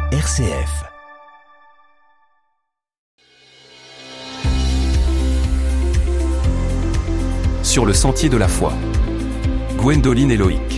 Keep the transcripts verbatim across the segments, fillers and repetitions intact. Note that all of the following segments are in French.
R C F. Sur le sentier de la foi. Gwendoline et Loïc.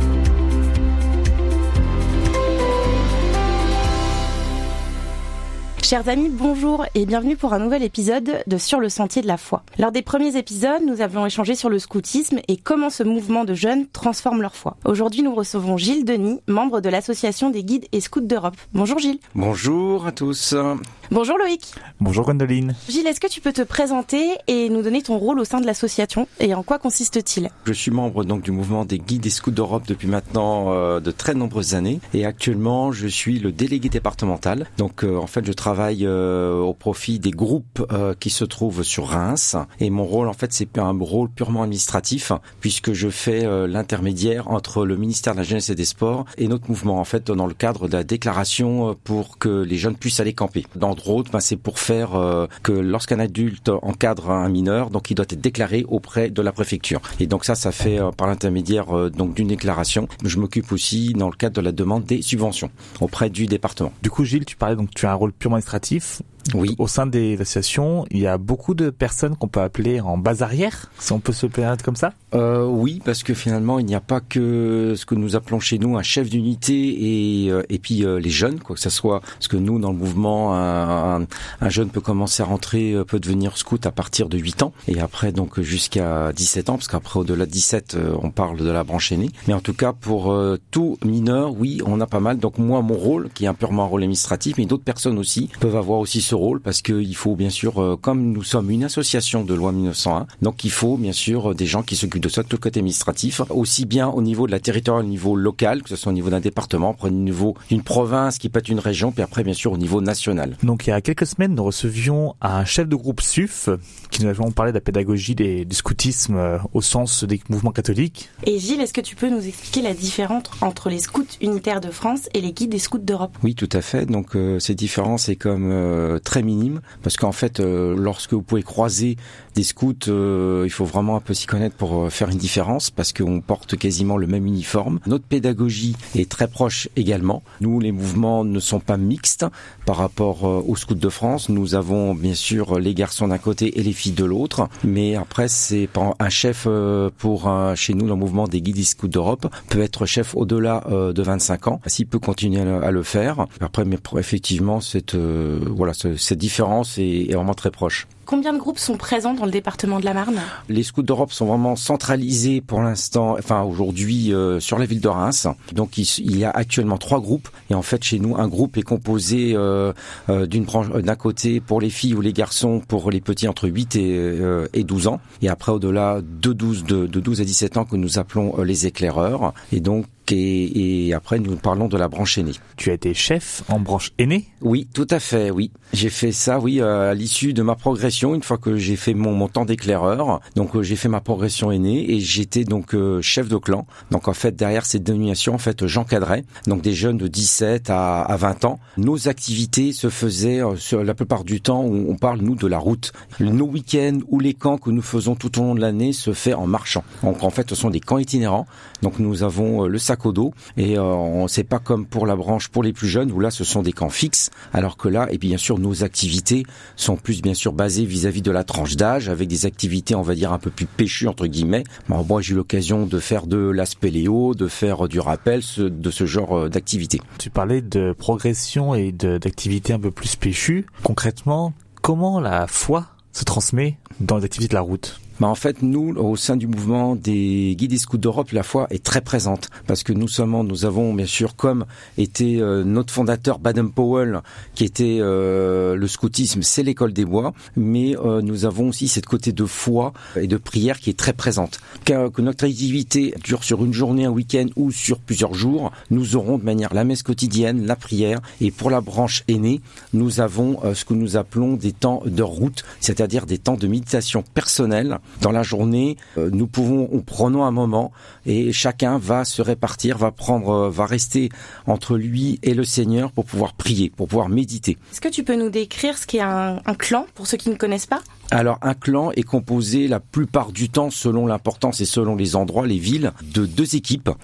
Chers amis, bonjour et bienvenue pour un nouvel épisode de Sur le sentier de la foi. Lors des premiers épisodes, nous avions échangé sur le scoutisme et comment ce mouvement de jeunes transforme leur foi. Aujourd'hui, nous recevons Gilles Denis, membre de l'association des guides et scouts d'Europe. Bonjour Gilles. Bonjour à tous. Bonjour Loïc. Bonjour Gwendoline. Gilles, est-ce que tu peux te présenter et nous donner ton rôle au sein de l'association et en quoi consiste-t-il ? Je suis membre donc du mouvement des guides et scouts d'Europe depuis maintenant euh, de très nombreuses années et actuellement je suis le délégué départemental. Donc euh, en fait je travaille euh, au profit des groupes euh, qui se trouvent sur Reims et mon rôle en fait c'est un rôle purement administratif puisque je fais euh, l'intermédiaire entre le ministère de la Jeunesse et des Sports et notre mouvement en fait dans le cadre de la déclaration pour que les jeunes puissent aller camper. Dans Entre autres, ben, c'est pour faire euh, que lorsqu'un adulte encadre un mineur, donc il doit être déclaré auprès de la préfecture. Et donc ça, ça fait euh, par l'intermédiaire euh, donc d'une déclaration. Je m'occupe aussi dans le cadre de la demande des subventions auprès du département. Du coup, Gilles, tu parlais donc tu as un rôle purement administratif. Oui. Au sein des associations, il y a beaucoup de personnes qu'on peut appeler en base arrière, si on peut se permettre comme ça. Euh, oui, parce que finalement, il n'y a pas que ce que nous appelons chez nous un chef d'unité et euh, et puis euh, les jeunes, quoi que ça soit. Parce que nous, dans le mouvement, un, un, un jeune peut commencer à rentrer, peut devenir scout à partir de huit ans et après donc jusqu'à dix-sept ans, parce qu'après au-delà de dix-sept, on parle de la branche aînée. Mais en tout cas, pour euh, tout mineur, oui, on a pas mal. Donc moi, mon rôle, qui est un purement un rôle administratif, mais d'autres personnes aussi peuvent avoir aussi ce rôle parce qu'il faut bien sûr, euh, comme nous sommes une association de loi mille neuf cent un, donc il faut bien sûr des gens qui s'occupent de ça de tout le côté administratif, aussi bien au niveau de la territoire, au niveau local, que ce soit au niveau d'un département, après au niveau d'une province qui peut être une région, puis après bien sûr au niveau national. Donc il y a quelques semaines, nous recevions un chef de groupe S U F qui nous a parlé de la pédagogie des, du scoutisme euh, au sens des mouvements catholiques. Et Gilles, est-ce que tu peux nous expliquer la différence entre les scouts unitaires de France et les guides et scouts d'Europe ? Oui, tout à fait. Donc euh, ces différences est comme euh, très minime parce qu'en fait, euh, lorsque vous pouvez croiser des scouts, euh, il faut vraiment un peu s'y connaître pour euh, faire une différence parce qu'on porte quasiment le même uniforme. Notre pédagogie est très proche également. Nous, les mouvements ne sont pas mixtes par rapport euh, aux scouts de France. Nous avons bien sûr les garçons d'un côté et les filles de l'autre, mais après c'est un chef euh, pour un, chez nous le mouvement des guides et scouts d'Europe peut être chef au-delà euh, de vingt-cinq ans, s'il peut continuer à le, à le faire. Après, mais effectivement, cette euh, voilà, cette différence est, est vraiment très proche. Combien de groupes sont présents dans le département de la Marne ? Les scouts d'Europe sont vraiment centralisés pour l'instant, enfin aujourd'hui euh, sur la ville de Reims. Donc il, il y a actuellement trois groupes et en fait chez nous un groupe est composé euh, euh, d'une branche d'un côté pour les filles ou les garçons pour les petits entre huit et, euh, et douze ans et après au-delà de douze de, de douze à dix-sept ans que nous appelons euh, les éclaireurs et donc Et, et après, nous parlons de la branche aînée. Tu as été chef en branche aînée ? Oui, tout à fait, oui. J'ai fait ça, oui, à l'issue de ma progression, une fois que j'ai fait mon, mon temps d'éclaireur. Donc, euh, j'ai fait ma progression aînée et j'étais donc euh, chef de clan. Donc, en fait, derrière cette dénomination, en fait, j'encadrais donc des jeunes de dix-sept à, à vingt ans. Nos activités se faisaient euh, sur la plupart du temps où on parle, nous, de la route. Nos week-ends ou les camps que nous faisons tout au long de l'année se fait en marchant. Donc, en fait, ce sont des camps itinérants. Donc, nous avons euh, le sac au dos et euh, on sait pas comme pour la branche pour les plus jeunes où là ce sont des camps fixes alors que là et bien sûr nos activités sont plus bien sûr basées vis-à-vis de la tranche d'âge avec des activités on va dire un peu plus péchues entre guillemets. Bon, moi j'ai eu l'occasion de faire de la spéléo, de faire du rappel, ce, de ce genre d'activité. Tu parlais de progression et de, d'activités un peu plus péchues. Concrètement, comment la foi se transmet dans les activités de la route ? Bah en fait, nous, au sein du mouvement des guides et scouts d'Europe, la foi est très présente parce que nous sommes, nous avons bien sûr, comme était euh, notre fondateur Baden-Powell, qui était euh, le scoutisme, c'est l'école des bois, mais euh, nous avons aussi cette côté de foi et de prière qui est très présente. Que, que notre activité dure sur une journée, un week-end ou sur plusieurs jours, nous aurons de manière la messe quotidienne, la prière, et pour la branche aînée, nous avons euh, ce que nous appelons des temps de route, c'est-à-dire des temps de méditation personnelle. Dans la journée, euh, nous pouvons, nous prenons un moment et chacun va se répartir, va prendre, euh, va rester entre lui et le Seigneur pour pouvoir prier, pour pouvoir méditer. Est-ce que tu peux nous décrire ce qu'est un, un clan pour ceux qui ne connaissent pas ? Alors, un clan est composé la plupart du temps, selon l'importance et selon les endroits, les villes, de deux équipes.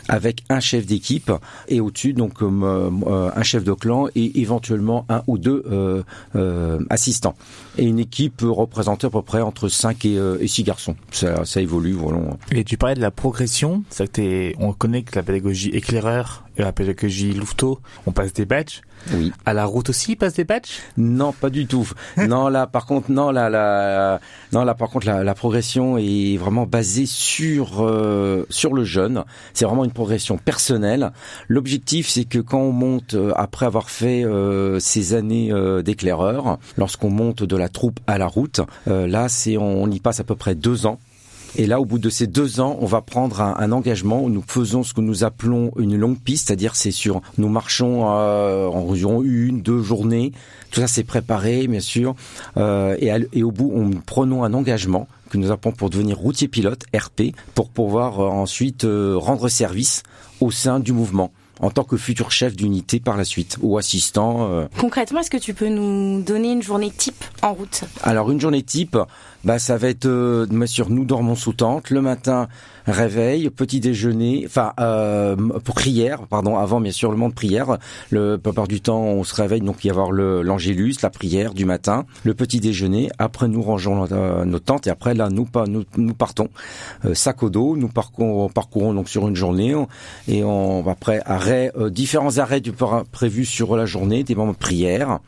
avec un chef d'équipe et au-dessus donc euh, un chef de clan et éventuellement un ou deux euh, euh, assistants. Et une équipe représentée à peu près entre cinq et, euh, et six garçons. Ça, ça évolue, voilà. Et tu parlais de la progression, c'est que t'es, on connaît que la pédagogie éclaireur et la pédagogie louveteau, on passe des badges. Oui. À la route aussi, il passe des badges? Non, pas du tout. non, là, par contre, non, là, là, non, là, par contre, la, la progression est vraiment basée sur euh, sur le jeune. C'est vraiment une progression personnelle. L'objectif, c'est que quand on monte euh, après avoir fait euh, ces années euh, d'éclaireur, lorsqu'on monte de la troupe à la route, euh, là, c'est on, on y passe à peu près deux ans. Et là, au bout de ces deux ans, on va prendre un, un engagement où nous faisons ce que nous appelons une longue piste, c'est-à-dire c'est sur, nous marchons euh, en environ une, deux journées. Tout ça, c'est préparé, bien sûr. Euh, et, à, et au bout, on prenons un engagement que nous appelons pour devenir routier pilote, R P, pour pouvoir euh, ensuite euh, rendre service au sein du mouvement, en tant que futur chef d'unité par la suite, ou assistant. Euh. Concrètement, est-ce que tu peux nous donner une journée type en route? Alors, une journée type, bah ça va être, euh, bien sûr, nous dormons sous tente. Le matin, réveil, petit déjeuner, enfin, euh, pour prière, pardon, avant, bien sûr, le moment de prière. Le, la plupart du temps, on se réveille, donc il y a avoir le, l'angélus, la prière du matin, le petit déjeuner. Après, nous rangeons euh, nos tentes et après, là, nous, nous, nous partons. Euh, sac au dos, nous parcourons, parcourons donc sur une journée on, et on, après, arrêt, euh, différents arrêts du, prévus sur la journée, des moments de prière.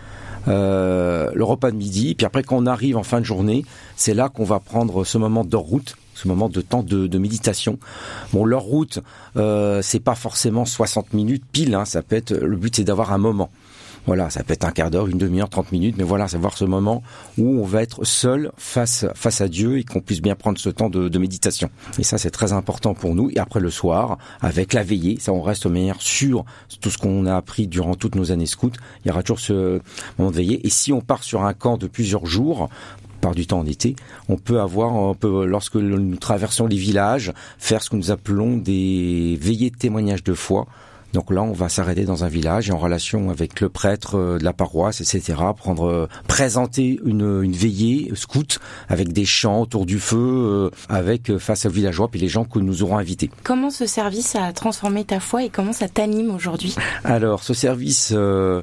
Euh, le repas de midi, puis après quand on arrive en fin de journée, c'est là qu'on va prendre ce moment de route, ce moment de temps de, de méditation. Bon, leur route, euh, c'est pas forcément soixante minutes pile, hein, ça peut être, le but c'est d'avoir un moment. Voilà, ça peut être un quart d'heure, une demi-heure, trente minutes, mais voilà, c'est voir ce moment où on va être seul face face à Dieu et qu'on puisse bien prendre ce temps de, de méditation. Et ça, c'est très important pour nous. Et après le soir, avec la veillée, ça, on reste au meilleur sur tout ce qu'on a appris durant toutes nos années scouts. Il y aura toujours ce moment de veillée. Et si on part sur un camp de plusieurs jours, par du temps en été, on peut avoir, on peut, lorsque nous traversons les villages, faire ce que nous appelons des veillées de témoignage de foi. Donc là, on va s'arrêter dans un village et en relation avec le prêtre de la paroisse, et cetera, prendre, présenter une, une veillée scout avec des chants autour du feu, euh, avec face aux villageois puis les gens que nous aurons invités. Comment ce service a transformé ta foi et comment ça t'anime aujourd'hui? Alors, ce service, euh,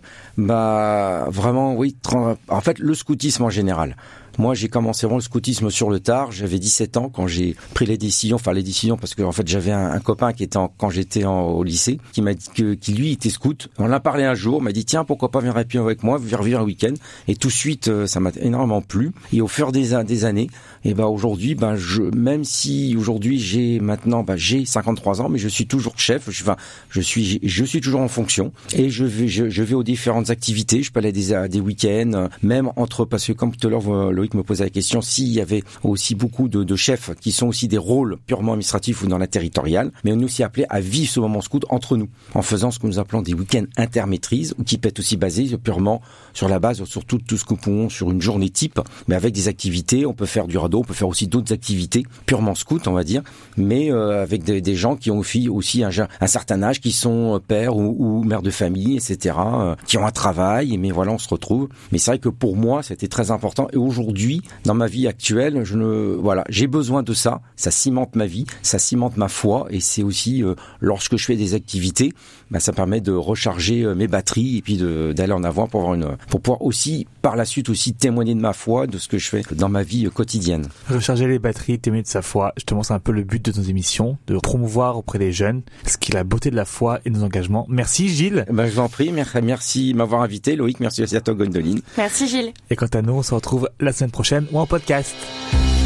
bah vraiment, oui. Tra- en fait, le scoutisme en général. Moi, j'ai commencé vraiment le scoutisme sur le tard. J'avais dix-sept ans quand j'ai pris les décisions, enfin les décisions, parce que en fait j'avais un, un copain qui était en, quand j'étais en, au lycée, qui m'a dit que, qui lui était scout. On en a parlé un jour, m'a dit tiens pourquoi pas venir répondre avec moi, venir vivre un week-end. Et tout de suite, ça m'a énormément plu. Et au fur des, des années, et ben aujourd'hui, ben je, même si aujourd'hui j'ai maintenant, ben j'ai cinquante-trois ans, mais je suis toujours chef. Je, enfin, je suis, je suis toujours en fonction et je vais, je, je vais aux différentes activités. Je peux aller à des, à des week-ends, même entre, parce que comme tout à l'heure Loïc me posait la question, s'il y avait aussi beaucoup de, de chefs qui sont aussi des rôles purement administratifs ou dans la territoriale, mais on est aussi appelé à vivre ce moment scout entre nous, en faisant ce que nous appelons des week-ends intermaîtrises, ou qui peut être aussi basé purement sur la base, sur tout, tout ce que nous pouvons sur une journée type, mais avec des activités. On peut faire du radeau, on peut faire aussi d'autres activités purement scout, on va dire, mais euh, avec des, des gens qui ont aussi, aussi un, un certain âge, qui sont pères ou, ou mères de famille, et cetera, euh, qui ont un travail, mais voilà, on se retrouve. Mais c'est vrai que pour moi, c'était très important. Et aujourd'hui, dans ma vie actuelle, je ne, voilà, j'ai besoin de ça. Ça cimente ma vie, ça cimente ma foi, et c'est aussi euh, lorsque je fais des activités, bah, ça permet de recharger euh, mes batteries et puis de, d'aller en avant pour avoir une, pour pouvoir aussi par la suite aussi témoigner de ma foi, de ce que je fais dans ma vie euh, quotidienne. Recharger les batteries, témoigner de sa foi. Justement, c'est un peu le but de nos émissions, de promouvoir auprès des jeunes ce qui est la beauté de la foi et de nos engagements. Merci Gilles. Ben, je vous en prie, merci de m'avoir invité, Loïc, merci aussi à toi Gwendoline. Merci Gilles. Et quant à nous, on se retrouve la semaine prochaine ou en podcast.